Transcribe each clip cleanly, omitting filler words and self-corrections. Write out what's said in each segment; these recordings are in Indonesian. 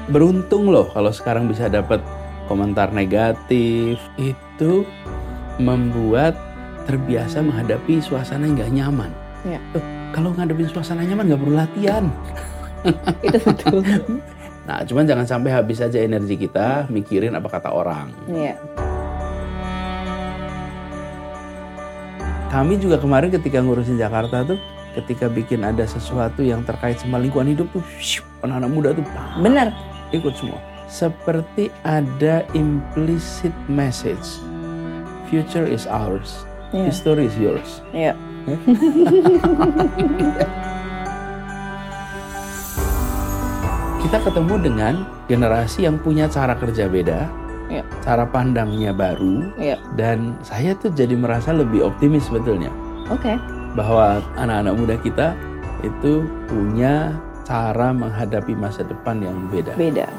beruntung loh kalau sekarang bisa dapat komentar negatif. Itu membuat terbiasa menghadapi suasana yang gak nyaman. Ya. Kalau ngadepin suasana nyaman gak perlu latihan. Itu betul. Nah, cuman jangan sampai habis aja energi kita mikirin apa kata orang. Iya. Kami juga kemarin ketika ngurusin Jakarta tuh, ketika bikin ada sesuatu yang terkait sama lingkungan hidup tuh, anak-anak muda tuh Benar. ikut semua. Seperti ada implicit message. Future is ours. Iya. History is yours. Iya. Kita ketemu dengan generasi yang punya cara kerja beda, Iya. cara pandangnya baru, Iya. dan saya tuh jadi merasa lebih optimis sebetulnya. Oke. Bahwa anak-anak muda kita itu punya cara menghadapi masa depan yang beda. Beda.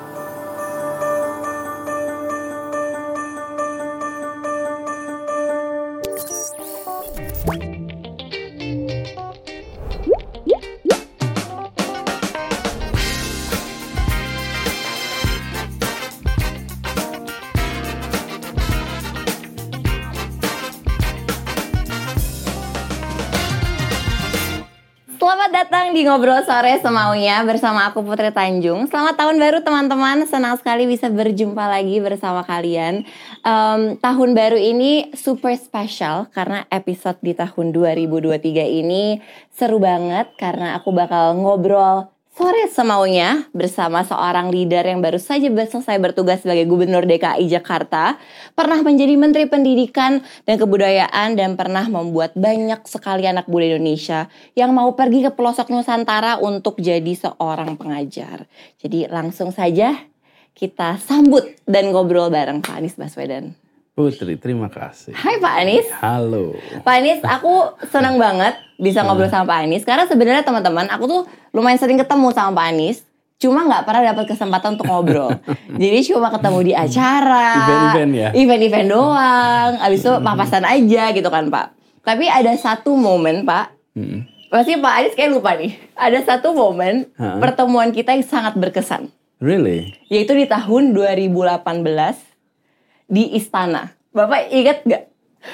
Selamat datang di Ngobrol Sore Semaunya bersama aku Putri Tanjung. Selamat tahun baru teman-teman, senang sekali bisa berjumpa lagi bersama kalian. Tahun baru ini super spesial karena episode di tahun 2023 ini seru banget karena aku bakal ngobrol sore semaunya bersama seorang leader yang baru saja selesai bertugas sebagai Gubernur DKI Jakarta, pernah menjadi Menteri Pendidikan dan Kebudayaan dan pernah membuat banyak sekali anak muda Indonesia yang mau pergi ke pelosok Nusantara untuk jadi seorang pengajar. Jadi langsung saja kita sambut dan ngobrol bareng Pak Anies Baswedan. Putri, terima kasih. Hai Pak Anies. Halo. Pak Anies, aku senang banget bisa ngobrol sama Pak Anies. Karena sebenarnya teman-teman, aku tuh lumayan sering ketemu sama Pak Anies. Cuma gak pernah dapat kesempatan untuk ngobrol. Jadi cuma ketemu di acara. Event-event ya? Event-event doang. Abis itu papasan aja gitu kan Pak. Tapi ada satu momen Pak. Pasti Pak Anies kayak lupa nih. Ada satu momen pertemuan kita yang sangat berkesan. Really? Yaitu di tahun 2018. Di Istana. Bapak ingat gak?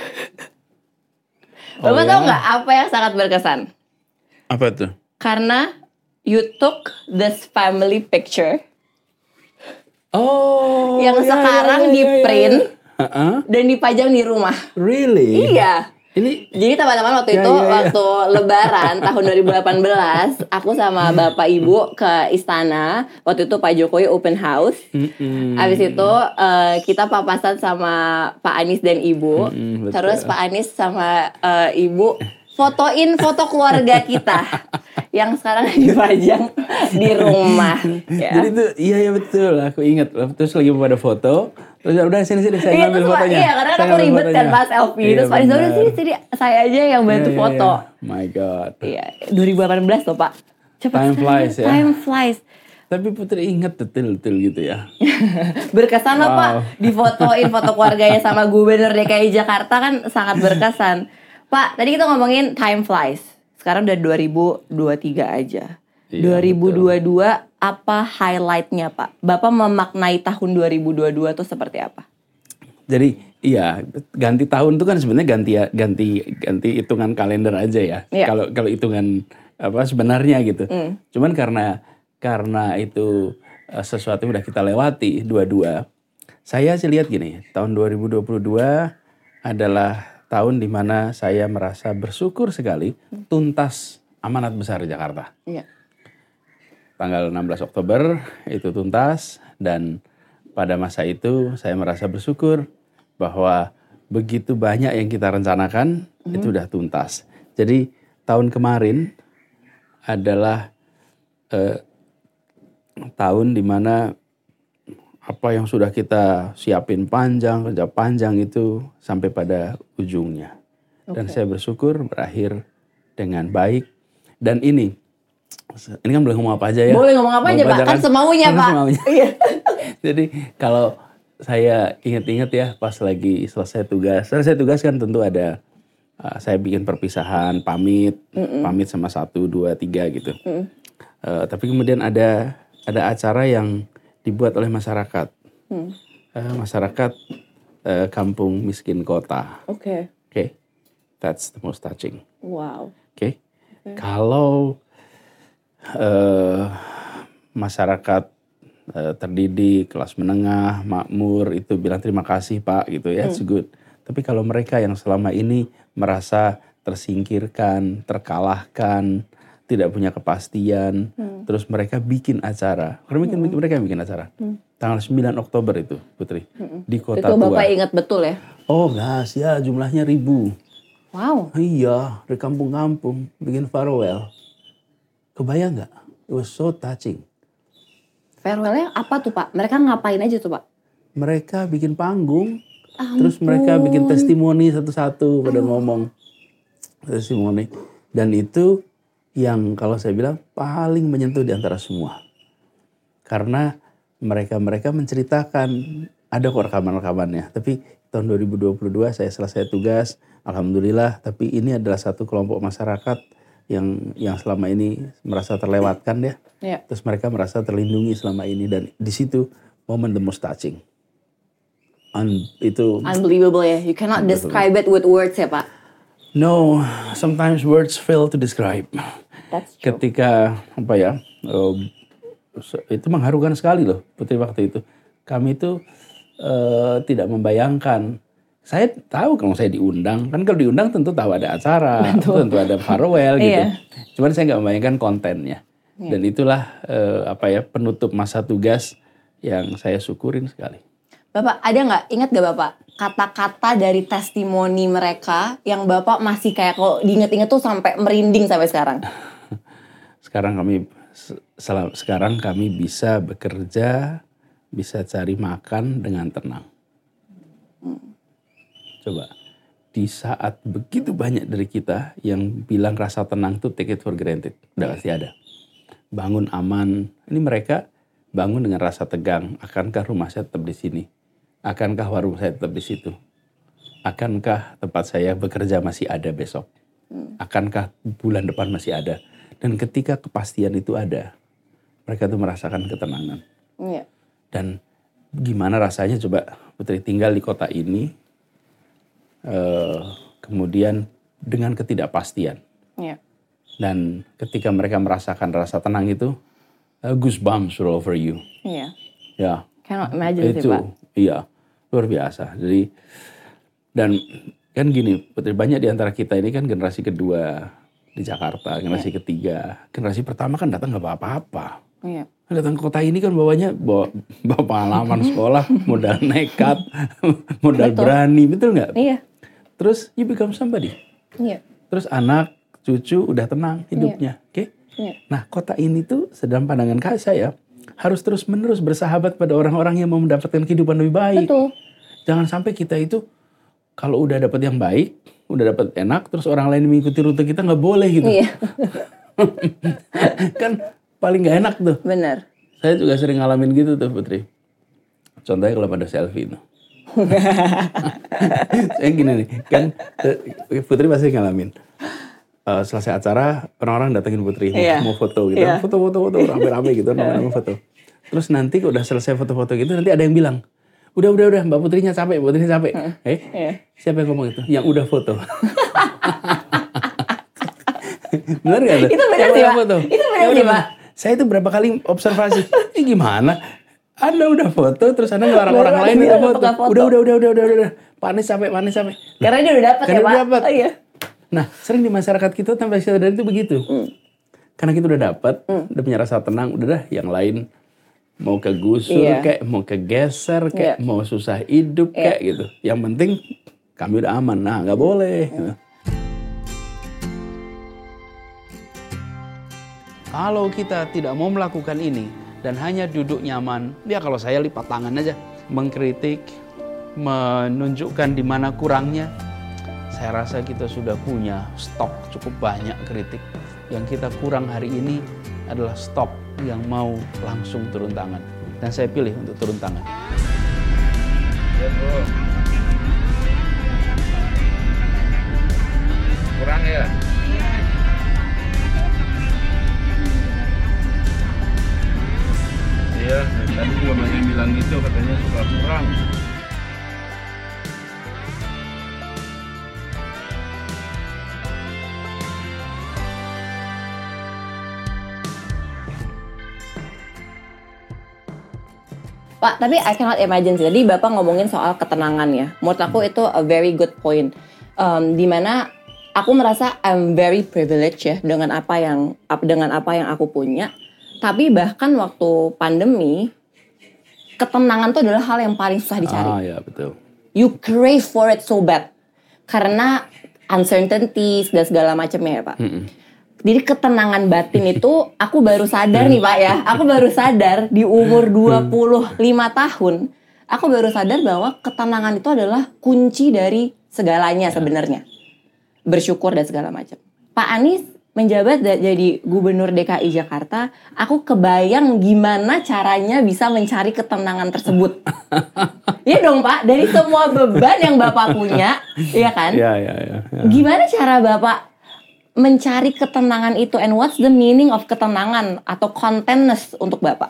Bapak tahu nggak apa yang sangat berkesan? Apa tuh? Karena you took this family picture yang sekarang di print dan dipajang di rumah. Really? Iya. Jadi teman-teman waktu itu waktu Lebaran tahun 2018 aku sama Bapak Ibu ke Istana. Waktu itu Pak Jokowi open house. Habis itu kita papasan sama Pak Anies dan Ibu. Terus Pak Anies sama Ibu fotoin foto keluarga kita yang sekarang dipajang di rumah. Ya. Jadi tuh iya betul, aku ingat. Terus lagi pada foto. Terus udah sini saya ngambil fotonya. Iya, karena kan aku ribet kan pas selfie. Terus Pak Anies udah sini saya aja yang bantu foto. My God. Iya, 2018 loh Pak. Cepet Time flies ya. Time flies. Tapi Putri ingat detail-detail gitu ya. Berkesan loh Pak. Difotoin foto keluarganya sama Gubernur DKI Jakarta kan sangat berkesan. Pak, tadi kita ngomongin time flies. Sekarang udah 2023 aja. Iya, 2022 betul. Apa highlightnya Pak? Bapak memaknai tahun 2022 itu seperti apa? Jadi iya, ganti tahun itu kan sebenarnya ganti hitungan kalender aja ya. Iya. Kalau hitungan apa sebenarnya gitu. Cuman karena itu sesuatu yang udah kita lewati dua-dua. Saya sih lihat gini, tahun 2022 adalah tahun di mana saya merasa bersyukur sekali tuntas amanat besar Jakarta. Iya. Tanggal 16 Oktober itu tuntas dan pada masa itu saya merasa bersyukur bahwa begitu banyak yang kita rencanakan itu udah tuntas. Jadi tahun kemarin adalah tahun di mana apa yang sudah kita siapin kerja panjang itu sampai pada ujungnya. Dan saya bersyukur berakhir dengan baik. Dan ini kan boleh ngomong apa aja ya? Boleh ngomong apa aja Pak, kan semaunya Pak. Iya. Jadi kalau saya ingat-ingat ya pas lagi selesai tugas kan tentu ada, saya bikin perpisahan, pamit sama 1, 2, 3 gitu. Tapi kemudian ada acara yang dibuat oleh masyarakat. Masyarakat kampung miskin kota. Oke. That's the most touching. Wow. Kalau masyarakat terdidik, kelas menengah, makmur itu bilang terima kasih Pak gitu ya, it's good. Tapi kalau mereka yang selama ini merasa tersingkirkan, terkalahkan, tidak punya kepastian, terus mereka bikin acara. Mereka bikin acara. Tanggal 9 Oktober itu, Putri, di Kota Tua. Itu Bapak ingat betul ya? Oh, gas ya, jumlahnya 1000. Wow. Iya, dari kampung-kampung bikin farewell. Kebayang nggak? It was so touching. Farewell-nya apa tuh Pak? Mereka ngapain aja tuh Pak? Mereka bikin panggung, terus mereka bikin testimoni satu-satu pada ngomong. Testimoni. Dan itu yang kalau saya bilang paling menyentuh di antara semua. Karena mereka menceritakan, ada kok rekaman-rekamannya. Tapi tahun 2022 saya selesai tugas, alhamdulillah. Tapi ini adalah satu kelompok masyarakat yang selama ini merasa terlewatkan ya. Terus mereka merasa terlindungi selama ini. Dan di situ momen the most touching. Itu unbelievable ya. You cannot describe it with words ya Pak. No, sometimes words fail to describe. That's true. Ketika itu mengharukan sekali loh Putri waktu itu. Kami itu tidak membayangkan. Saya tahu kalau saya diundang, kan kalau diundang tentu tahu ada acara, tentu ada farewell gitu. Cuman saya nggak membayangkan kontennya. Dan itulah penutup masa tugas yang saya syukurin sekali. Bapak ingat gak Bapak kata-kata dari testimoni mereka yang Bapak masih kayak kalau diinget-inget tuh sampai merinding sampai sekarang? Sekarang kami bisa bekerja, bisa cari makan dengan tenang. Coba, di saat begitu banyak dari kita yang bilang rasa tenang tuh take it for granted. Udah pasti ada. Bangun aman. Ini mereka bangun dengan rasa tegang. Akankah rumah saya tetap di sini? Akankah warung saya tetap di situ? Akankah tempat saya bekerja masih ada besok? Akankah bulan depan masih ada? Dan ketika kepastian itu ada, mereka tuh merasakan ketenangan. Dan gimana rasanya coba Putri tinggal di kota ini, kemudian dengan ketidakpastian. Dan ketika mereka merasakan rasa tenang itu, goosebumps all over you. Ya. Cannot imagine itu, sih Pak. Iya, luar biasa. Jadi, dan kan gini, Putri, banyak di antara kita ini kan generasi kedua di Jakarta, generasi ketiga. Generasi pertama kan datang nggak bawa apa-apa. Datang ke kota ini kan bawa pengalaman sekolah, modal nekat, modal berani, betul nggak? Terus you become somebody. Terus anak, cucu udah tenang hidupnya, oke? Nah, kota ini tuh sedang pandangan saya harus terus-menerus bersahabat pada orang-orang yang mau mendapatkan kehidupan lebih baik. Betul. Jangan sampai kita itu kalau udah dapat yang baik, udah dapat enak, terus orang lain mengikuti rute kita nggak boleh gitu. Kan paling nggak enak tuh. Benar. Saya juga sering ngalamin gitu tuh Putri. Contohnya kalau pada selfie tuh. Saya gini nih, kan Putri pasti ngalamin. Selesai acara, orang-orang datengin Putri mau foto gitu, foto-foto rame-rame gitu, rame-rame foto. Terus nanti kalau udah selesai foto-foto gitu, nanti ada yang bilang, udah Mbak Putrinya capek, Siapa yang ngomong itu? Yang udah foto. Benar gak tuh? Itu benar sih Pak. Itu benar sih Pak. Saya itu berapa kali observasi, ini gimana? Anda udah foto, terus Anda ngelarang orang lain minta foto. Udah. Panis capek. Karena dia udah dapet ya Pak. Oh iya. Nah, sering di masyarakat kita tanpa sadar itu begitu. Karena kita udah dapat, udah punya rasa tenang, udah dah yang lain mau kegusur kayak, mau kegeser kayak, mau susah hidup kayak gitu. Yang penting kami udah aman. Nah, nggak boleh. Kalau kita tidak mau melakukan ini dan hanya duduk nyaman, ya kalau saya lipat tangan aja, mengkritik, menunjukkan di mana kurangnya. Saya rasa kita sudah punya stok cukup banyak kritik. Yang kita kurang hari ini adalah stok yang mau langsung turun tangan. Dan saya pilih untuk turun tangan. Ya bro. Kurang ya? Iya, tadi juga Pak, tapi I cannot imagine sih. Tadi Bapak ngomongin soal ketenangan ya. Menurut aku itu a very good point. Dimana aku merasa I'm very privileged ya dengan apa yang aku punya. Tapi bahkan waktu pandemi, ketenangan itu adalah hal yang paling susah dicari. Ya betul. You crave for it so bad karena uncertainties dan segala macamnya ya Pak. Jadi ketenangan batin itu aku baru sadar nih Pak ya. Aku baru sadar di umur 25 tahun. Aku baru sadar bahwa ketenangan itu adalah kunci dari segalanya sebenarnya. Bersyukur dan segala macam. Pak Anies menjabat jadi gubernur DKI Jakarta. Aku kebayang gimana caranya bisa mencari ketenangan tersebut. Iya dong Pak. Dari semua beban yang Bapak punya. Iya kan? Iya. Gimana cara Bapak mencari ketenangan itu, and what's the meaning of ketenangan atau contentness untuk Bapak?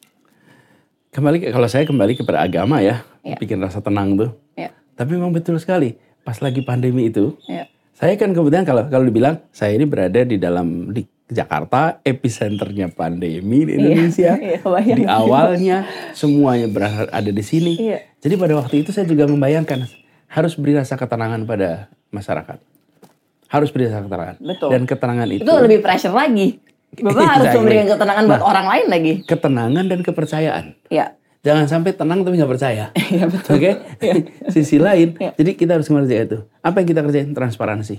Kalau saya kembali kepada agama ya, bikin rasa tenang tuh. Tapi memang betul sekali, pas lagi pandemi itu, saya kan kemudian kalau dibilang saya ini berada di Jakarta, epicenternya pandemi di Indonesia. Di awalnya semuanya ada di sini. Jadi pada waktu itu saya juga membayangkan harus beri rasa ketenangan pada masyarakat. Harus beri rasa ketenangan. Betul. Dan ketenangan itu lebih pressure lagi. Bapak harus memberikan ketenangan buat orang lain lagi. Ketenangan dan kepercayaan. Iya. Jangan sampai tenang tapi nggak percaya. Iya betul. Oke. Sisi lain. Jadi kita harus mengerjakan itu. Apa yang kita kerjain? Transparansi.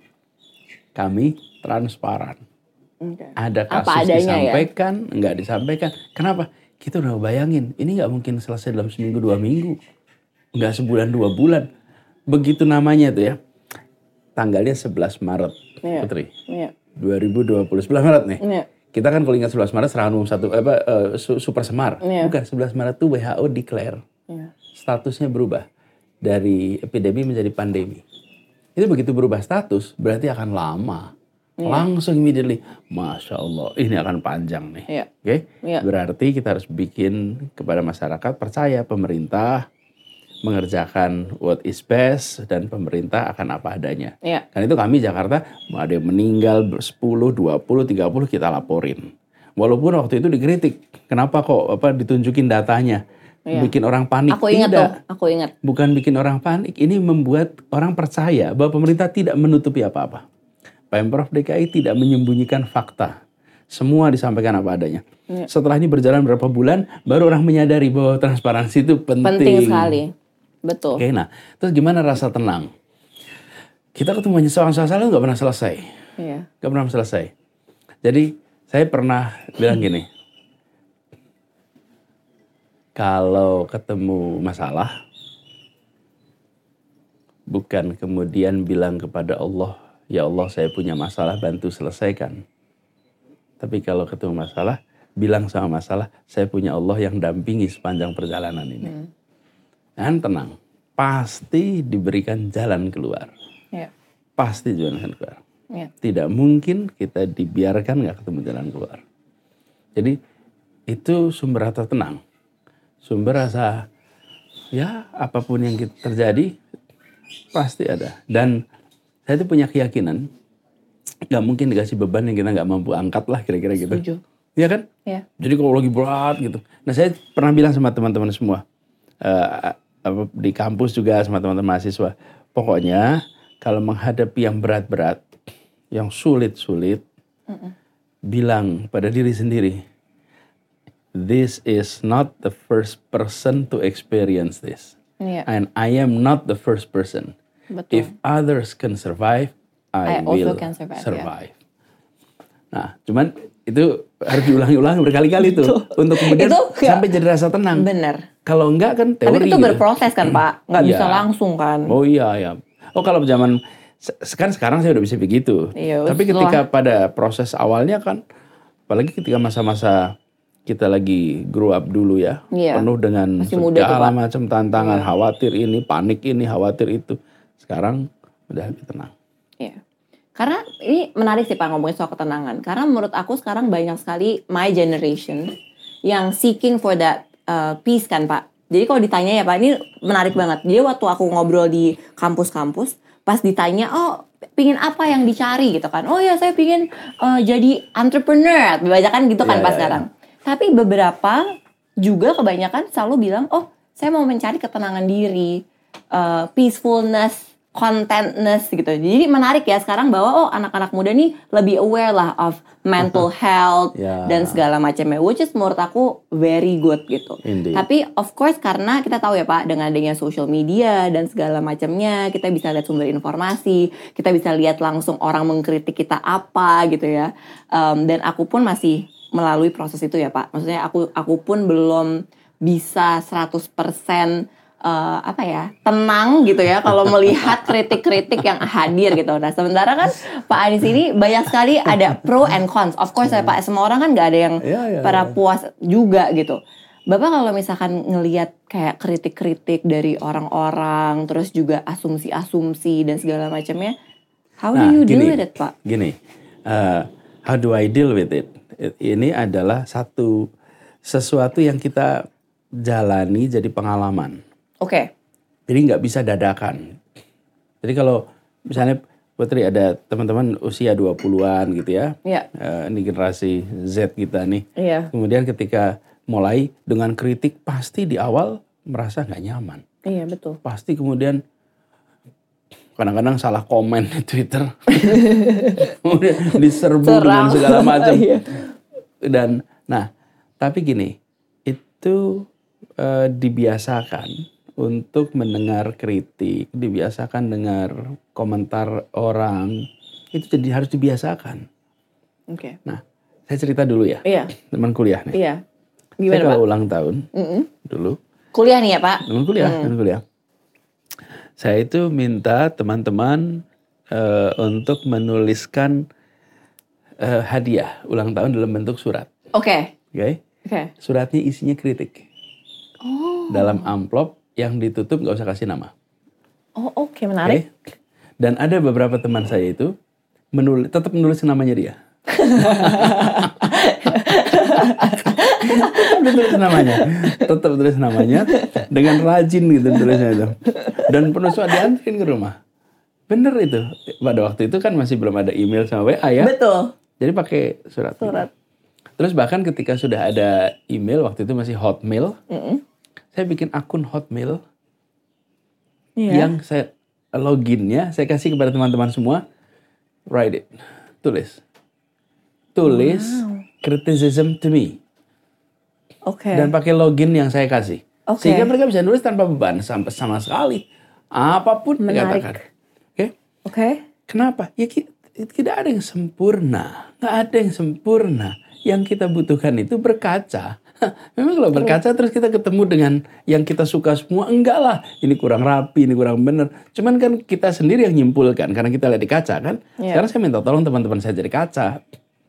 Kami transparan. Ada kasus disampaikan, nggak disampaikan. Kenapa? Kita udah bayangin. Ini nggak mungkin selesai dalam seminggu 2 minggu. Nggak sebulan 2 bulan. Begitu namanya tuh ya. Tanggalnya 11 Maret, Putri. 2020, 11 Maret nih. Kita kan kalau ingat 11 Maret serangan umum super semar. Bukan, 11 Maret itu WHO declare. Statusnya berubah. Dari epidemi menjadi pandemi. Itu begitu berubah status, berarti akan lama. Langsung immediately, Masya Allah, ini akan panjang nih. Oke? Berarti kita harus bikin kepada masyarakat percaya pemerintah mengerjakan what is best dan pemerintah akan apa adanya. Karena itu kami Jakarta ada yang meninggal 10, 20, 30 kita laporin. Walaupun waktu itu dikritik, kenapa kok ditunjukin datanya, bikin orang panik. Aku ingat. Bukan bikin orang panik, ini membuat orang percaya bahwa pemerintah tidak menutupi apa-apa. Pemprov DKI tidak menyembunyikan fakta. Semua disampaikan apa adanya. Setelah ini berjalan berapa bulan, baru orang menyadari bahwa transparansi itu penting. Penting sekali. Betul. Oke, nah, terus gimana rasa tenang? Kita ketemu soal-soal nggak pernah selesai. Nggak pernah selesai. Jadi saya pernah bilang gini, kalau ketemu masalah, bukan kemudian bilang kepada Allah, ya Allah saya punya masalah, bantu selesaikan. Tapi kalau ketemu masalah, bilang sama masalah, saya punya Allah yang dampingi sepanjang perjalanan ini. Dan tenang, pasti diberikan jalan keluar. Pasti jalan keluar. Tidak mungkin kita dibiarkan nggak ketemu jalan keluar. Jadi itu sumber rasa tenang. Sumber rasa ya apapun yang terjadi pasti ada. Dan saya itu punya keyakinan nggak mungkin dikasih beban yang kita nggak mampu angkat lah kira-kira gitu. Setuju. Iya kan? Jadi kalau lagi berat gitu. Nah saya pernah bilang sama teman-teman semua. Di kampus juga sama teman-teman mahasiswa. Pokoknya kalau menghadapi yang berat-berat, yang sulit-sulit, bilang pada diri sendiri, this is not the first person to experience this. And I am not the first person. Betul. If others can survive, I will can survive. Nah, cuman itu harus diulang-ulang berkali-kali tuh untuk kemudian sampai jadi rasa tenang. Benar. Kalau enggak kan teori. Tapi itu berproses kan Pak, nggak bisa langsung kan. Oh iya. Oh kalau zaman sekarang saya udah bisa begitu. Tapi ketika pada proses awalnya kan, apalagi ketika masa-masa kita lagi grow up dulu ya, penuh dengan segala macam tantangan, khawatir ini, panik ini, khawatir itu. Sekarang udah lebih tenang. Karena ini menarik sih Pak ngomongin soal ketenangan. Karena menurut aku sekarang banyak sekali my generation yang seeking for that peace kan Pak. Jadi kalau ditanya ya Pak, ini menarik banget. Jadi waktu aku ngobrol di kampus-kampus, pas ditanya, oh pingin apa yang dicari gitu kan. Oh ya saya pingin jadi entrepreneur. Kebanyakan gitu kan Pak sekarang. Tapi beberapa juga kebanyakan selalu bilang, oh saya mau mencari ketenangan diri, peacefulness, contentness gitu. Jadi menarik ya sekarang bahwa anak-anak muda nih lebih aware lah of mental health dan segala macamnya, which is menurut aku very good gitu. Indeed. Tapi of course karena kita tahu ya Pak, dengan adanya social media dan segala macamnya, kita bisa lihat sumber informasi, kita bisa lihat langsung orang mengkritik kita apa gitu ya. Dan aku pun masih melalui proses itu ya Pak. Maksudnya aku pun belum bisa 100% tenang gitu ya kalau melihat kritik-kritik yang hadir gitu. Nah sementara kan Pak Anies ini banyak sekali ada pro and cons. Of course ya Pak, semua orang kan nggak ada yang pada puas juga gitu. Bapak kalau misalkan ngelihat kayak kritik-kritik dari orang-orang, terus juga asumsi-asumsi dan segala macamnya, how do you deal with it Pak? Gini, how do I deal with it? Ini adalah sesuatu yang kita jalani jadi pengalaman. Oke. Jadi nggak bisa dadakan. Jadi kalau misalnya Putri ada teman-teman usia 20-an gitu ya. Iya. Ini generasi Z kita nih. Iya. Kemudian ketika mulai dengan kritik pasti di awal merasa nggak nyaman. Iya betul. Pasti kemudian kadang-kadang salah komen di Twitter. Kemudian diserbu dengan segala macam. Dan nah, tapi gini, itu dibiasakan untuk mendengar kritik, dibiasakan dengar komentar orang, itu jadi harus dibiasakan. Oke. Nah, saya cerita dulu ya. Iya. Teman kuliah nih. Iya. Gimana saya kalau ulang tahun dulu. Kuliah nih ya Pak? Teman kuliah. Saya itu minta teman-teman untuk menuliskan hadiah ulang tahun dalam bentuk surat. Oke. Suratnya isinya kritik. Dalam amplop yang ditutup nggak usah kasih nama. Oke, menarik. Dan ada beberapa teman saya itu tetap menulis namanya dia. tetap tulis namanya dengan rajin gitu tulisnya itu. Dan penulisnya dianterin ke rumah. Bener itu. Pada waktu itu kan masih belum ada email sama WA ya. Betul. Jadi pakai surat. Terus bahkan ketika sudah ada email, waktu itu masih Hotmail. Saya bikin akun Hotmail yang saya loginnya saya kasih kepada teman-teman semua. Write it, tulis criticism to me. Dan pakai login yang saya kasih, sehingga mereka bisa nulis tanpa beban sampai sama sekali apapun dikatakan. Kenapa? Ya tidak ada yang sempurna, nggak ada yang sempurna. Yang kita butuhkan itu berkaca. Memang kalau berkaca terus kita ketemu dengan yang kita suka semua, enggak lah. Ini kurang rapi, ini kurang bener. Cuman kan kita sendiri yang nyimpulkan karena kita lihat di kaca kan. Sekarang saya minta tolong teman-teman saya jadi kaca.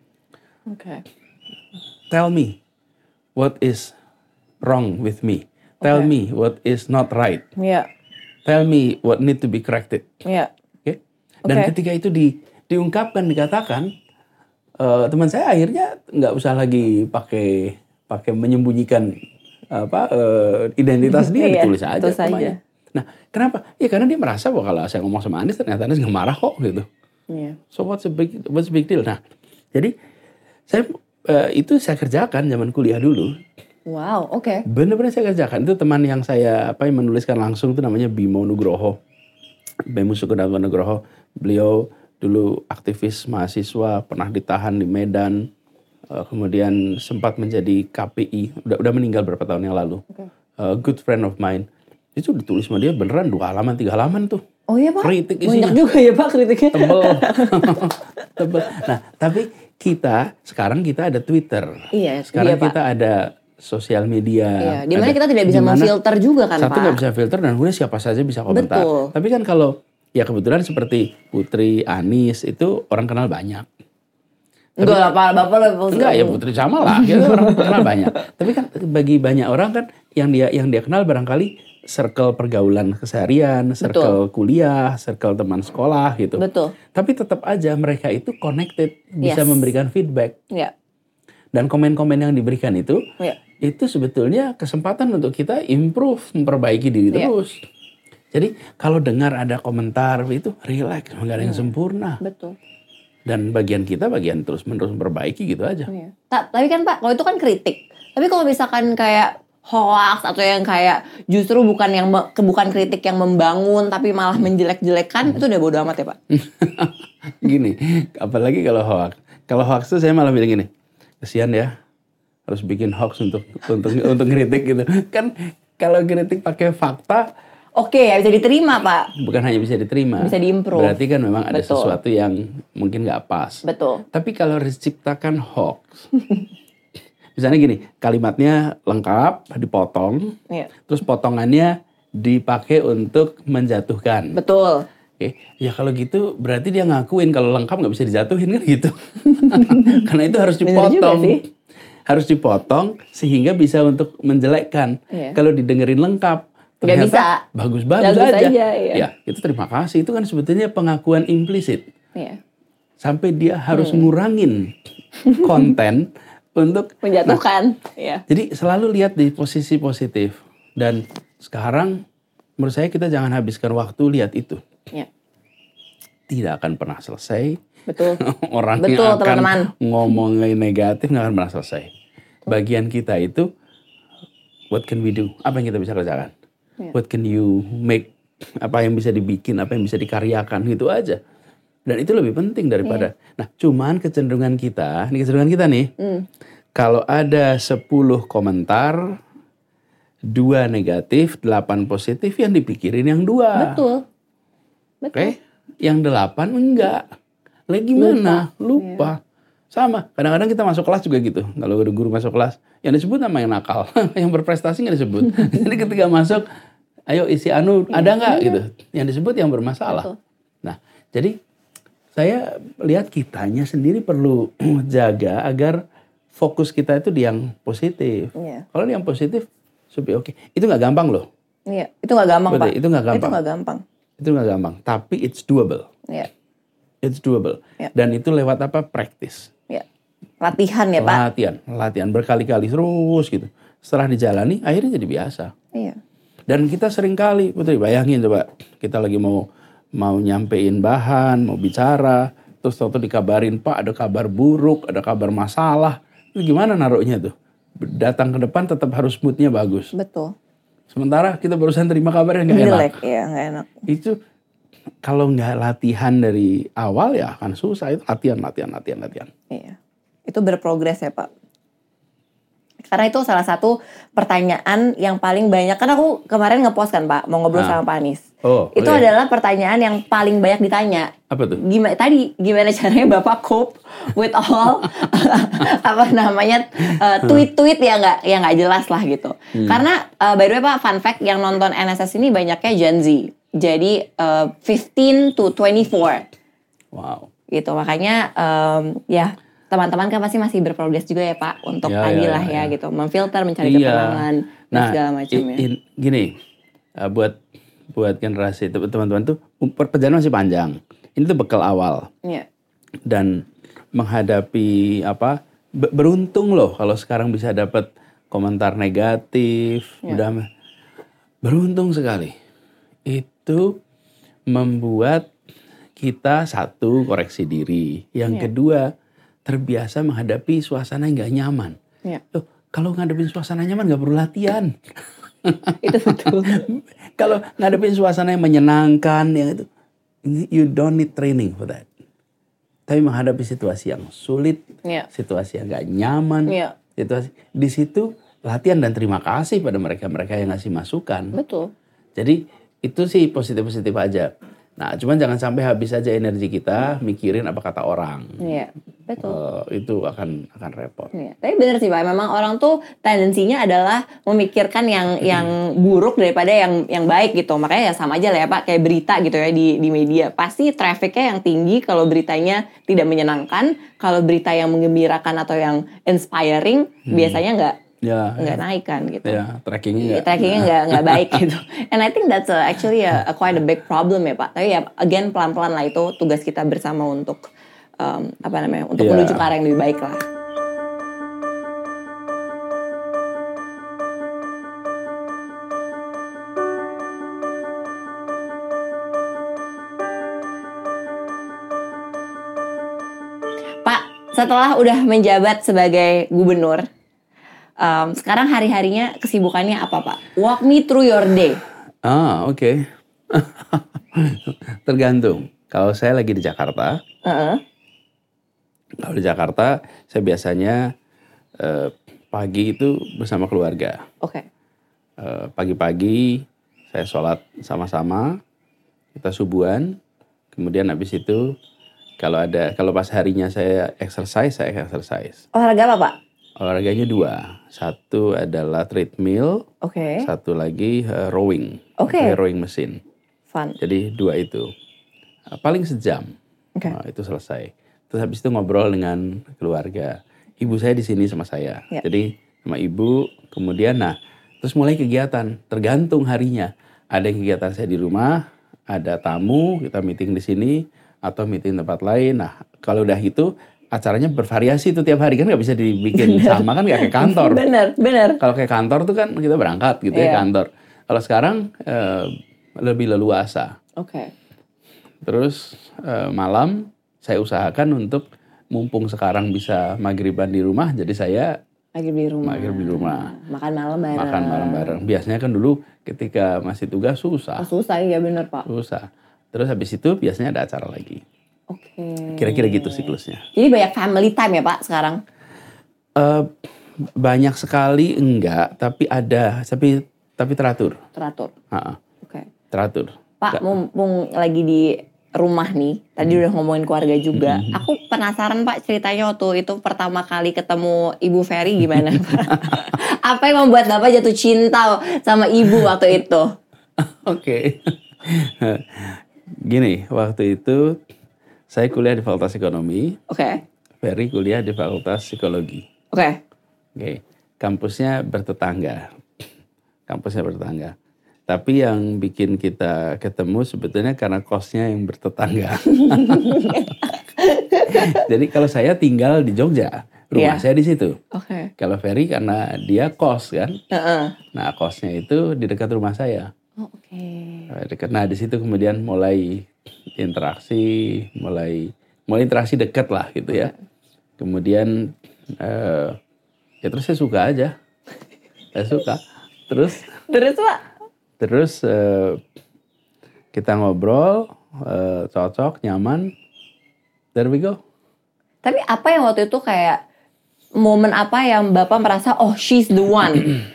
Tell me what is wrong with me. Tell me what is not right. Tell me what need to be corrected. Dan ketika itu diungkapkan, dikatakan, teman saya akhirnya nggak usah lagi pakai menyembunyikan identitas dia, ditulis aja namanya. Nah, kenapa? Ya karena dia merasa bahwa kalau saya ngomong sama Anies ternyata Anies nggak marah kok gitu. So what's the big deal? Nah, jadi itu saya kerjakan zaman kuliah dulu. Wow, Benar-benar saya kerjakan. Itu teman yang saya yang menuliskan langsung itu namanya Bimo Nugroho. Bemo Sukunarto Nugroho. Beliau dulu aktivis mahasiswa, pernah ditahan di Medan, kemudian sempat menjadi KPI, udah meninggal beberapa tahun yang lalu. Good friend of mine. Itu ditulis sama dia beneran 2 halaman, 3 halaman tuh. Oh iya Pak? Kritik isinya. Banyak juga ya Pak kritiknya. Tebel. Nah, tapi sekarang kita ada Twitter. Sekarang kita ada sosial media. Dimana kita tidak bisa memfilter juga kan Pak? Satu nggak bisa filter dan kemudian siapa saja bisa komentar. Betul. Tapi kan kalau ya kebetulan seperti Putri, Anies itu orang kenal banyak. Enggak lah Bapak lebih. Enggak ya Putri sama lah, kita orang kenal banyak. Tapi kan bagi banyak orang kan yang dia kenal barangkali circle pergaulan keseharian, circle kuliah, circle teman sekolah gitu. Betul. Tapi tetap aja mereka itu connected, bisa memberikan feedback. Dan komen-komen yang diberikan itu sebetulnya kesempatan untuk kita improve, memperbaiki diri terus. Jadi kalau dengar ada komentar itu relax, nggak ada yang sempurna. Betul. Dan bagian kita terus-menerus memperbaiki gitu aja. Tapi kan Pak, kalau itu kan kritik. Tapi kalau misalkan kayak hoax atau yang kayak justru bukan kritik yang membangun tapi malah menjelek-jelekan, itu udah bodo amat ya Pak? Gini, apalagi kalau hoax. Kalau hoax tuh saya malah bilang gini, kesian ya harus bikin hoax untuk kritik gitu. Kan kalau kritik pakai fakta, oke, ya bisa diterima Pak. bukan hanya bisa diterima, bisa diimprove. Berarti kan memang ada Betul. sesuatu yang mungkin nggak pas. Betul. Tapi kalau diciptakan hoax, misalnya gini, kalimatnya lengkap, dipotong, terus potongannya dipakai untuk menjatuhkan. Betul. Oke, ya kalau gitu berarti dia ngakuin kalau lengkap nggak bisa dijatuhin kan gitu. Karena itu harus dipotong. Harus dipotong sehingga bisa untuk menjelekkan. Kalau didengerin lengkap, nggak bisa. Bagus-bagus aja. Ya, itu terima kasih. Itu kan sebetulnya pengakuan implisit. Sampai dia harus ngurangin konten untuk menjatuhkan. Jadi selalu lihat di posisi positif. Dan sekarang menurut saya kita jangan habiskan waktu lihat itu. Tidak akan pernah selesai. Betul. Orang Betul, yang akan teman-teman. ngomongin negatif nggak akan pernah selesai. Bagian kita itu, what can we do? Apa yang kita bisa kerjakan? What can you make? Apa yang bisa dibikin? Apa yang bisa dikaryakan? Gitu aja. Dan itu lebih penting daripada. Nah, cuman kecenderungan kita nih. Kalau ada 10 komentar, 2 negatif, 8 positif, yang dipikirin yang 2. Betul. Oke? Yang 8 enggak. Lagi gimana? Lupa. Sama. Kadang-kadang kita masuk kelas juga gitu. Kalau ada guru masuk kelas, yang disebut nama yang nakal. Yang berprestasi nggak disebut. Jadi ketika masuk, ayo isi anu, ada nggak gitu. Yang disebut yang bermasalah. Nah, jadi saya lihat kitanya sendiri perlu jaga agar fokus kita itu di yang positif. Kalau di yang positif, supaya oke. Itu nggak gampang loh. Iya, itu nggak gampang Pak. Itu nggak gampang. Itu nggak gampang. Tapi it's doable. It's doable. Dan itu lewat apa? Practice. Latihan ya Pak. Latihan berkali-kali terus gitu. Setelah dijalani, akhirnya jadi biasa. Dan kita sering kali, Putri, bayangin coba kita lagi mau nyampein bahan, mau bicara, terus waktu dikabarin Pak ada kabar buruk, ada kabar masalah, itu gimana naruhnya tuh? Datang ke depan tetap harus moodnya bagus. Betul. Sementara kita barusan terima kabar yang nggak enak. Iya, nggak enak. Itu kalau nggak latihan dari awal ya akan susah. Itu latihan. Iya. Itu berprogres ya Pak. Karena itu salah satu pertanyaan yang paling banyak. Kan aku kemarin ngepost kan Pak, mau ngobrol sama Pak Anies. Itu adalah pertanyaan yang paling banyak ditanya. Apa tuh? Gimana caranya Bapak cope with all tweet-tweet yang nggak jelas lah gitu. Karena by the way Pak, fun fact, yang nonton NSS ini banyaknya Gen Z. Jadi 15 to 24. Wow. Gitu, makanya teman-teman kan pasti masih berprogres juga ya Pak untuk tadi lah ya gitu, memfilter, mencari ketenangan dan segala macamnya. Gini, buat generasi teman-teman tuh perjalanan masih panjang. Ini tuh bekal awal. Dan menghadapi beruntung loh kalau sekarang bisa dapat komentar negatif, udah beruntung sekali. Itu membuat kita satu koreksi diri, yang kedua terbiasa menghadapi suasana yang gak nyaman. Loh, kalau ngadepin suasana nyaman gak perlu latihan. Itu betul. Kalau ngadepin suasana yang menyenangkan, yang itu, you don't need training for that. Tapi menghadapi situasi yang sulit, situasi yang gak nyaman, situasi di situ latihan dan terima kasih pada mereka yang ngasih masukan. Betul. Jadi itu sih positif-positif aja. Nah, cuman jangan sampai habis aja energi kita mikirin apa kata orang. Iya, betul. Itu akan repot. Iya. Tapi benar sih Pak, memang orang tuh tendensinya adalah memikirkan yang buruk daripada yang baik gitu. Makanya ya sama aja lah ya Pak, kayak berita gitu ya di media. Pasti trafficnya yang tinggi kalau beritanya tidak menyenangkan. Kalau berita yang menggembirakan atau yang inspiring, biasanya nggak naik kan gitu. Trackingnya nggak baik gitu. And I think that's actually quite a big problem ya Pak. Tapi ya again pelan-pelan lah, itu tugas kita bersama untuk untuk menuju ke arah yang lebih baik lah. Pak, setelah udah menjabat sebagai gubernur, Sekarang hari-harinya kesibukannya apa Pak? Walk me through your day. Oke. Tergantung. Kalau saya lagi di Jakarta, kalau di Jakarta saya biasanya pagi itu bersama keluarga. Oke. Pagi-pagi saya sholat sama-sama, kita subuhan, kemudian habis itu kalau pas harinya saya exercise. Olahraga apa Pak? Olahraganya 2, satu adalah treadmill, satu lagi rowing, rowing mesin. Fun. Jadi 2 itu, paling sejam, itu selesai. Terus habis itu ngobrol dengan keluarga. Ibu saya di sini sama saya, jadi sama ibu. Kemudian terus mulai kegiatan, tergantung harinya. Ada yang kegiatan saya di rumah, ada tamu, kita meeting di sini, atau meeting tempat lain. Nah, kalau udah itu, acaranya bervariasi tuh tiap hari, kan nggak bisa dibikin sama, kan nggak kayak kantor. Bener. Kalau kayak kantor tuh kan kita berangkat gitu ya kantor. Kalau sekarang lebih leluasa. Terus malam saya usahakan untuk mumpung sekarang bisa maghriban di rumah, jadi saya maghrib di rumah. Makan malam bareng. Biasanya kan dulu ketika masih tugas susah. Susah, iya bener Pak. Susah. Terus habis itu biasanya ada acara lagi. Kira-kira gitu siklusnya. Jadi banyak family time ya Pak sekarang? Banyak sekali enggak, tapi ada, tapi teratur. Teratur. Pak, mumpung lagi di rumah nih, tadi udah ngomongin keluarga juga. Aku penasaran Pak, ceritanya waktu itu pertama kali ketemu Ibu Ferry gimana Pak? Apa yang membuat Bapak jatuh cinta sama Ibu waktu itu? Oke. Gini, waktu itu saya kuliah di Fakultas Ekonomi. Ferry kuliah di Fakultas Psikologi. Kampusnya bertetangga. Tapi yang bikin kita ketemu sebetulnya karena kosnya yang bertetangga. Jadi kalau saya tinggal di Jogja, rumah saya di situ. Kalau Ferry karena dia kos kan. Nah, kosnya itu di dekat rumah saya. Nah, di situ kemudian mulai interaksi dekat lah gitu ya. Kemudian ya terus saya suka aja. Terus Pak? Terus kita ngobrol, cocok, nyaman, there we go. Tapi apa yang waktu itu kayak momen apa yang Bapak merasa oh she's the one?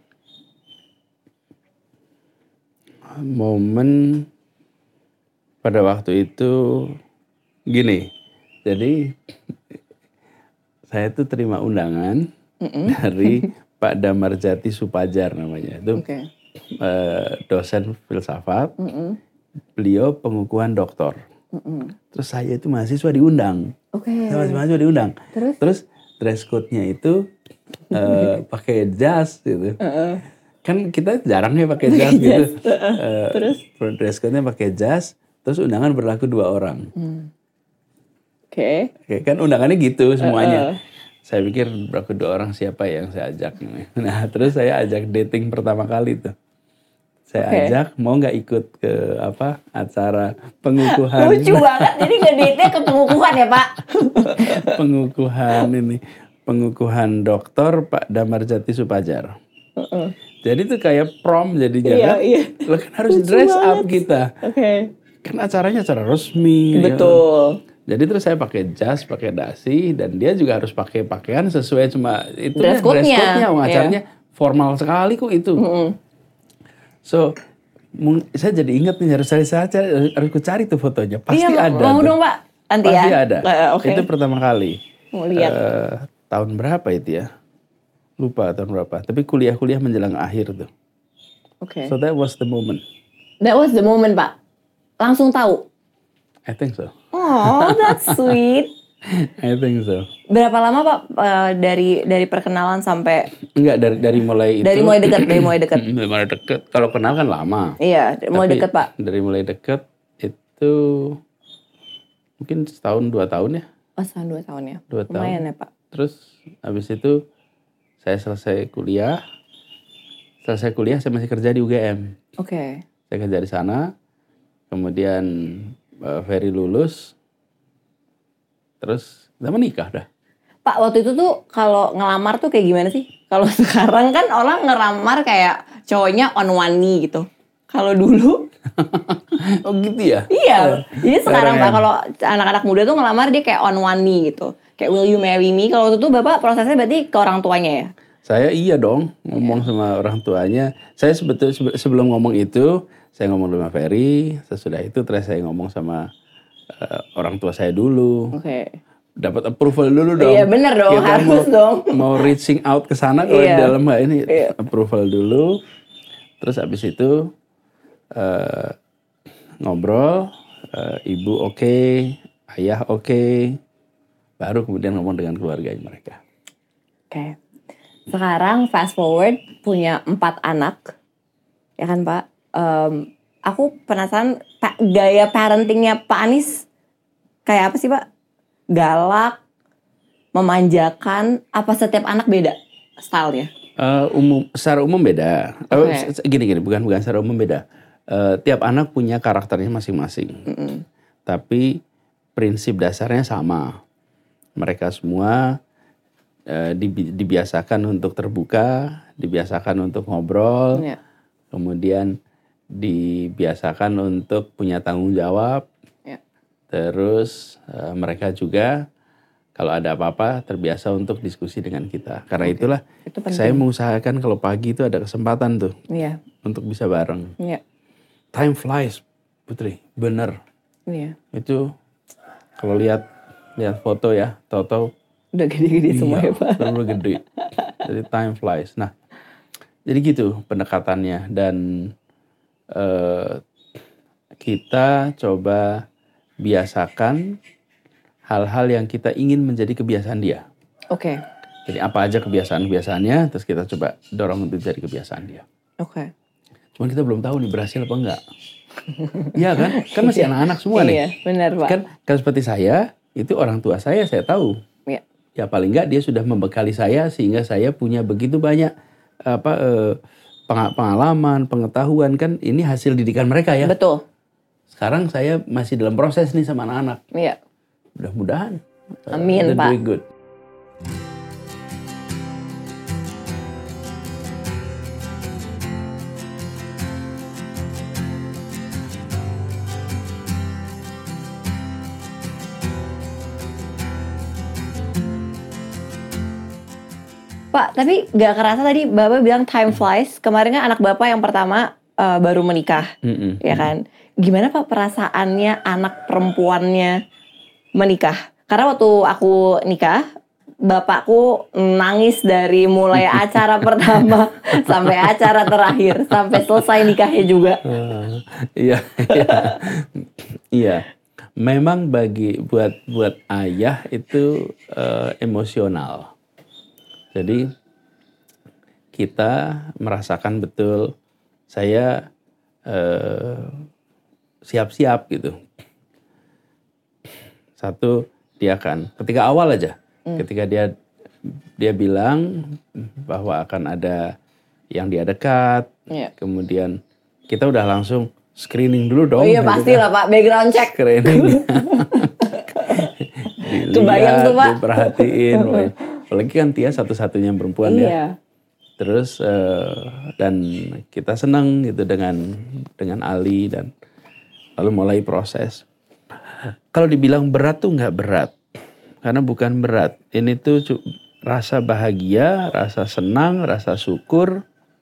Momen pada waktu itu gini, jadi saya tuh terima undangan dari Pak Damarjati Supadjar namanya itu. Dosen filsafat, beliau pengukuhan doktor. Terus saya itu mahasiswa diundang. Saya mahasiswa diundang. Terus dress code-nya itu pakai jas gitu. Kan kita jarang ya pakai jas gitu. Terus dress code-nya pakai jas, terus undangan berlaku 2 orang. Kan undangannya gitu semuanya. Saya pikir berlaku 2 orang, siapa yang saya ajak. Nah, terus saya ajak dating pertama kali tuh. Saya ajak, mau nggak ikut ke acara pengukuhan. Lucu banget, jadi ngedate-nya ke pengukuhan ya Pak? Pengukuhan doktor Pak Damarjati Supadjar. Jadi itu kayak prom jadinya kan. Lo kan harus lucu dress banget. Up kita. Kan acaranya acara resmi. Betul. Jadi terus saya pakai jas, pakai dasi, dan dia juga harus pakai pakaian sesuai cuma itu dress code-nya. Acaranya formal sekali kok itu. So, saya jadi ingat nih harus ku cari tuh fotonya. Pasti ada. Mau dong Pak, nanti pasti ya. Ada. Itu pertama kali. Mau lihat. Tahun berapa itu ya? Lupa tahun berapa. Tapi kuliah menjelang akhir tuh. So that was the moment. That was the moment Pak. Langsung tahu. I think so. Oh, that's sweet. I think so. Berapa lama Pak dari perkenalan sampai? Enggak, dari mulai itu. Dari mulai dekat. Dari mulai dekat. Kalau kenal kan lama. Iya, mulai dekat Pak. Dari mulai dekat itu mungkin 1-2 tahun ya. Oh, 1-2 tahun ya. 2 tahun. Lumayan ya Pak. Terus habis itu saya selesai kuliah. Saya masih kerja di UGM. Saya kerja di sana. Kemudian Ferry lulus. Terus kita menikah dah. Pak, waktu itu tuh kalau ngelamar tuh kayak gimana sih? Kalau sekarang kan orang ngelamar kayak cowoknya on one knee gitu. Kalau dulu Oh gitu ya? iya. Jadi sekarang Pak, Keren. kalau anak-anak muda tuh ngelamar dia kayak on one knee gitu. Kayak will you marry me? Kalau itu tuh Bapak prosesnya berarti ke orang tuanya ya? Saya iya dong ngomong sama orang tuanya. Saya sebelum ngomong itu, saya ngomong sama Ferry. Sesudah itu terus saya ngomong sama orang tua saya dulu. Oke. Dapat approval dulu dong. Iya bener dong, Kita harus dong. mau reaching out ke sana kalau di Iya. dalam hal ini Iya. approval dulu. Terus abis itu ngobrol, ibu oke, ayah oke, baru kemudian ngomong dengan keluarga mereka. Oke. Sekarang fast forward punya 4 anak, ya kan Pak? Aku penasaran gaya parentingnya Pak Anies kayak apa sih Pak? Galak, memanjakan, apa setiap anak beda stylenya? Secara umum beda. Oke. Gini, bukan secara umum beda. Tiap anak punya karakternya masing-masing. Tapi prinsip dasarnya sama. Mereka semua dibiasakan untuk terbuka, dibiasakan untuk ngobrol, Iya. kemudian dibiasakan untuk punya tanggung jawab. Iya. Terus mereka juga kalau ada apa-apa terbiasa untuk diskusi dengan kita. Karena itulah Itu penting. saya mengusahakan kalau pagi itu ada kesempatan tuh Iya. untuk bisa bareng. Iya. Time flies, Putri, bener. Iya. Itu kalau lihat foto ya, tahu-tahu Udah gede-gede semua ya Pak. bener gede. Jadi time flies. Nah, jadi gitu pendekatannya dan kita coba biasakan hal-hal yang kita ingin menjadi kebiasaan dia. Oke. Jadi apa aja kebiasaan-kebiasaannya, terus kita coba dorong untuk jadi kebiasaan dia. Oke. Cuman kita belum tahu nih berhasil apa enggak. Iya kan? Kan masih anak-anak semua nih. Iya, benar Pak. Kan seperti saya, itu orang tua saya tahu. Iya. Ya paling enggak dia sudah membekali saya sehingga saya punya begitu banyak pengalaman, pengetahuan, kan ini hasil didikan mereka ya. Betul. Sekarang saya masih dalam proses nih sama anak-anak. Iya. Mudah-mudahan. Amin, they're Pak. doing good. Pak, tapi gak kerasa tadi Bapak bilang time flies. Kemarin kan anak Bapak yang pertama baru menikah, ya kan? Gimana Pak perasaannya anak perempuannya menikah? Karena waktu aku nikah, bapakku nangis dari mulai acara pertama sampai acara terakhir, sampai selesai nikahnya juga. Iya, iya. Memang buat ayah itu emosional. Jadi kita merasakan betul saya siap-siap gitu. Satu, dia kan ketika awal aja, ketika dia bilang bahwa akan ada yang dia dekat, kemudian kita udah langsung screening dulu dong. Oh iya pastilah Pak, background check. Screening. Kebayang tuh Pak. Diperhatiin. Apalagi kan Tia satu-satunya perempuan ya. Terus dan kita senang gitu dengan Ali dan lalu mulai proses. Kalau dibilang berat tuh nggak berat, karena bukan berat. Ini tuh rasa bahagia, rasa senang, rasa syukur,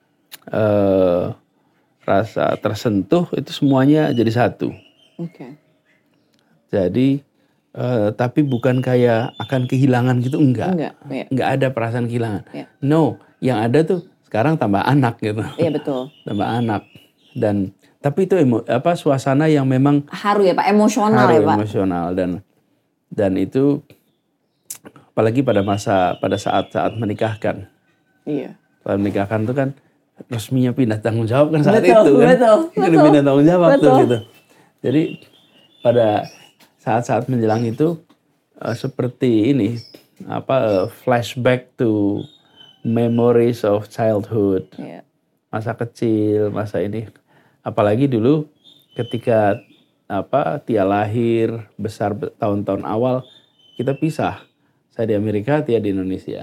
rasa tersentuh itu semuanya jadi satu. Oke. Jadi tapi bukan kayak akan kehilangan gitu, enggak. Enggak ada perasaan kehilangan. No, yang ada tuh sekarang tambah anak gitu. Iya betul. Tambah anak dan tapi itu suasana yang memang haru ya Pak, emosional ya Pak. Emosional dan itu apalagi pada saat menikahkan. Iya. Saat menikahkan tuh kan resminya pindah tanggung jawab kan saat betul, itu kan. Betul. Pindah tanggung jawab tuh gitu. Jadi pada saat-saat menjelang itu seperti ini flashback to memories of childhood. Masa kecil, masa ini. Apalagi dulu ketika Tia lahir, besar tahun-tahun awal kita pisah. Saya di Amerika, Tia di Indonesia.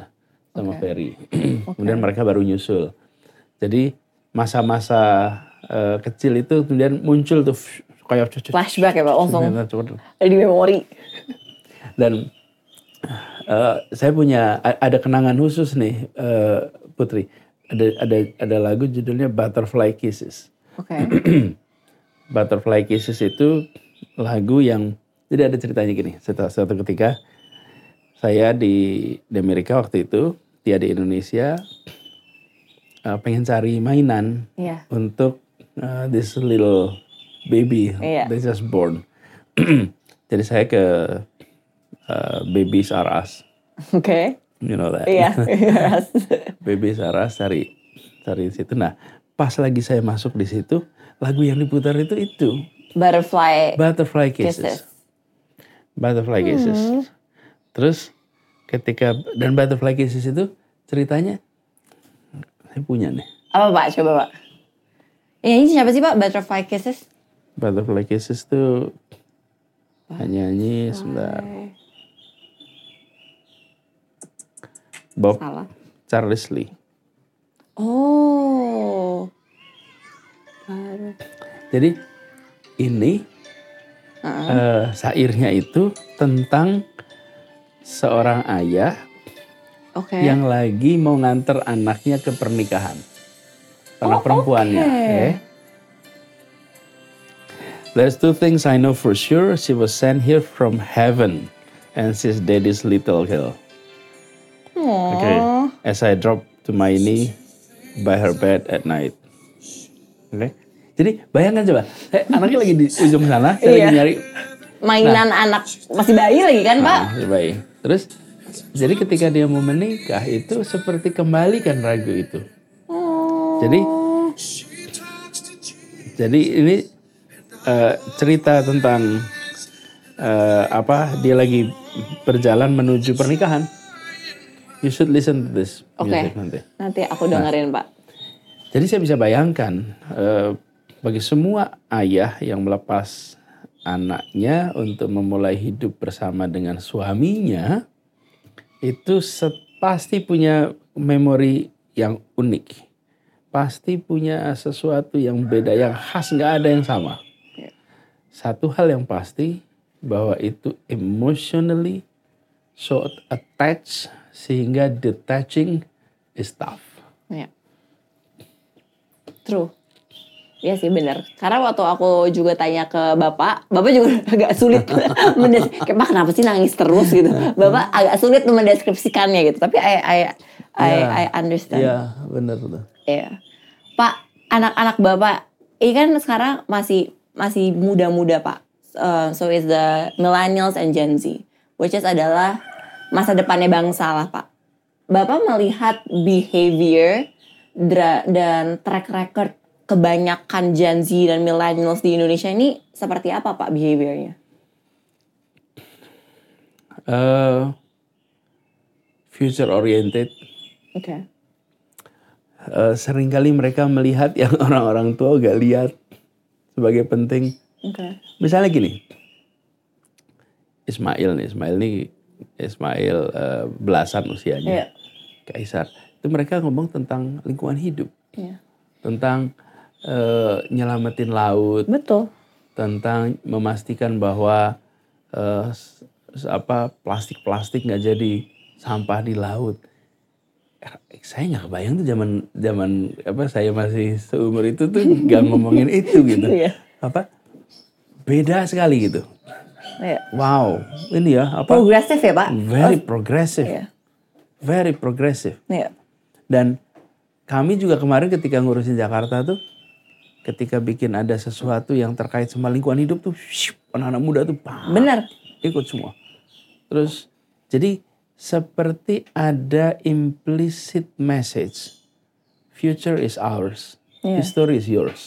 sama Ferry. Kemudian mereka baru nyusul. Jadi masa-masa kecil itu kemudian muncul tuh kayak flashback ya Pak, langsung di memori. Dan saya punya ada kenangan khusus nih, Putri. Ada lagu judulnya Butterfly Kisses. Oke. Butterfly Kisses itu lagu yang jadi ada ceritanya gini. Suatu ketika saya di Amerika waktu itu, dia di Indonesia, pengen cari mainan untuk this little baby that just born. Jadi saya ke Babies R Us. Oke. You know that. Iya. Babies R Us cari situ. Nah, pas lagi saya masuk di situ, lagu yang diputar itu Butterfly Kisses. Butterfly Kisses. Terus ketika dan Butterfly Kisses itu ceritanya saya punya nih. Apa Pak? Coba Pak. Ini siapa sih Pak Butterfly Kisses? Butterfly Kisses tuh nyanyi sebentar. Bob Charles Lee. Oh. Jadi ini syairnya itu tentang seorang ayah yang lagi mau nganter anaknya ke pernikahan. Anak perempuannya. Okay. There's two things I know for sure. She was sent here from heaven and she's daddy's little girl. Okay. As I drop to my knee by her bed at night. Okay. Jadi bayangkan coba, anaknya lagi di ujung sana, saya lagi nyari mainan anak masih bayi lagi kan Pak? Masih bayi. Terus jadi ketika dia mau menikah itu seperti kembalikan ragu itu. Jadi ini cerita tentang dia lagi berjalan menuju pernikahan. You should listen to this music nanti. Nanti aku dengerin Pak. Jadi saya bisa bayangkan bagi semua ayah yang melepas anaknya untuk memulai hidup bersama dengan suaminya, itu pasti punya memori yang unik. Pasti punya sesuatu yang beda, yang khas, nggak ada yang sama. Satu hal yang pasti, bahwa itu emotionally so attached, sehingga detaching is tough. True. Iya sih benar. Karena waktu aku juga tanya ke Bapak juga agak sulit Pak kenapa sih nangis terus gitu. Bapak agak sulit mendeskripsikannya gitu. Tapi I understand. Iya, benar tuh. Iya. Pak, anak-anak Bapak ini kan sekarang masih muda-muda Pak. So is the millennials and Gen Z, which is adalah masa depannya bangsa lah Pak. Bapak melihat behavior dan track record kebanyakan Gen Z dan millennials di Indonesia ini seperti apa Pak behaviornya? Future oriented. Okay. Seringkali mereka melihat yang orang-orang tua gak lihat sebagai penting. Okay. Misalnya gini, Ismail belasan usianya, Kaisar. Itu mereka ngomong tentang lingkungan hidup, tentang nyelamatin laut, betul, tentang memastikan bahwa plastik nggak jadi sampah di laut. Saya nggak kebayang tuh zaman saya masih seumur itu tuh nggak ngomongin itu gitu. Beda sekali gitu. Wow, ini ya progresif ya Pak? Very progressive, very progressive. Dan kami juga kemarin ketika ngurusin Jakarta tuh, ketika bikin ada sesuatu yang terkait sama lingkungan hidup tuh, anak-anak muda tuh benar ikut semua. Terus jadi seperti ada implicit message, future is ours, history is yours.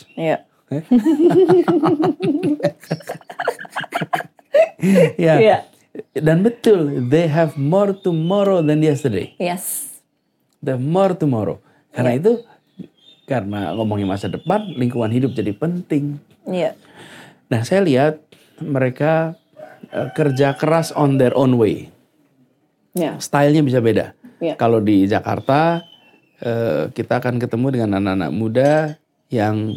Dan betul, they have more tomorrow than yesterday. Yes. They have more tomorrow. Karena itu, karena ngomongin masa depan, lingkungan hidup jadi penting. Nah, saya lihat mereka kerja keras on their own way. Stylenya bisa beda. Kalau di Jakarta kita akan ketemu dengan anak-anak muda yang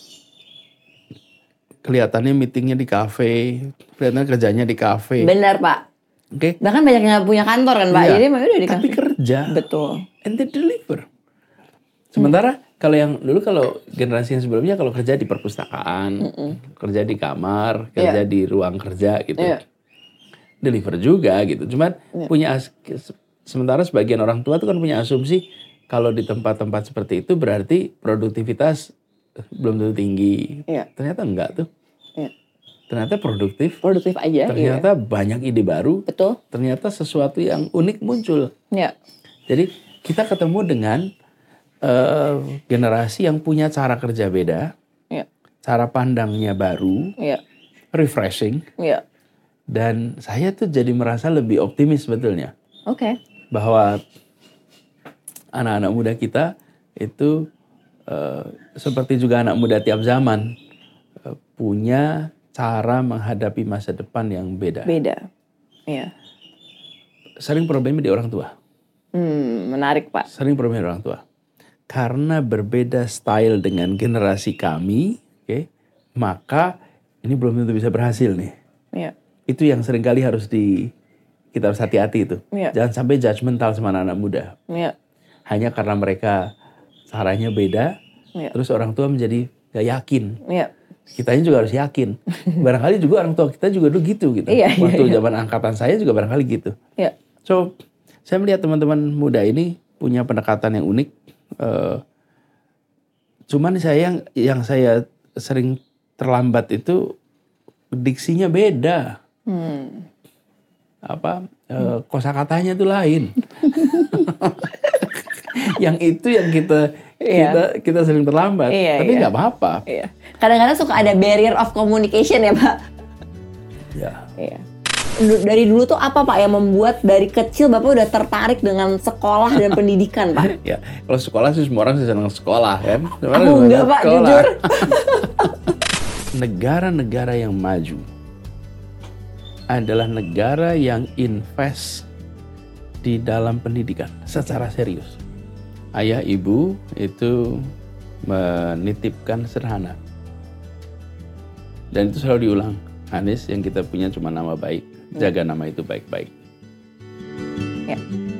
kelihatannya meetingnya di kafe, kelihatannya kerjanya di kafe. Benar, Pak. Oke. Bahkan banyak yang nggak punya kantor kan, Pak. Jadi mereka udah di kafe. Tapi kerja. Betul. And they deliver. Sementara kalau yang dulu, kalau generasi yang sebelumnya, kalau kerja di perpustakaan, kerja di kamar, kerja di ruang kerja gitu, deliver juga gitu. Cuman sementara sebagian orang tua tuh kan punya asumsi kalau di tempat-tempat seperti itu berarti produktivitas belum tentu tinggi. Ternyata enggak tuh. Ternyata produktif aja. Ternyata banyak ide baru. Betul. Ternyata sesuatu yang unik muncul. Jadi kita ketemu dengan generasi yang punya cara kerja beda, cara pandangnya baru, refreshing, dan saya tuh jadi merasa lebih optimis sebetulnya. Bahwa anak-anak muda kita itu seperti juga anak muda tiap zaman punya cara menghadapi masa depan yang beda. Sering problemnya di orang tua. Menarik, Pak. Sering problemnya di orang tua. Karena berbeda style dengan generasi kami, maka ini belum tentu bisa berhasil nih. Itu yang seringkali kita harus hati-hati itu. Jangan sampai judgmental sama anak-anak muda. Hanya karena mereka caranya beda, terus orang tua menjadi gak yakin. Kitanya juga harus yakin. Barangkali juga orang tua kita juga dulu gitu. Waktu zaman angkatan saya juga barangkali gitu. So, saya melihat teman-teman muda ini punya pendekatan yang unik. Cuman yang saya sering terlambat itu diksinya beda. Kosakatanya itu lain. Yang itu yang kita sering terlambat. Tapi nggak apa-apa. Kadang-kadang suka ada barrier of communication ya, Pak. Dari dulu tuh apa, Pak, yang membuat dari kecil Bapak udah tertarik dengan sekolah dan pendidikan, Pak? Kalau sekolah sih semua orang senang sekolah kan. Aku enggak, Pak, jujur. Negara-negara yang maju adalah negara yang invest di dalam pendidikan secara serius. Ayah ibu itu menitipkan sederhana. Dan itu selalu diulang. Anies, yang kita punya cuma nama baik. Jaga nama itu baik-baik.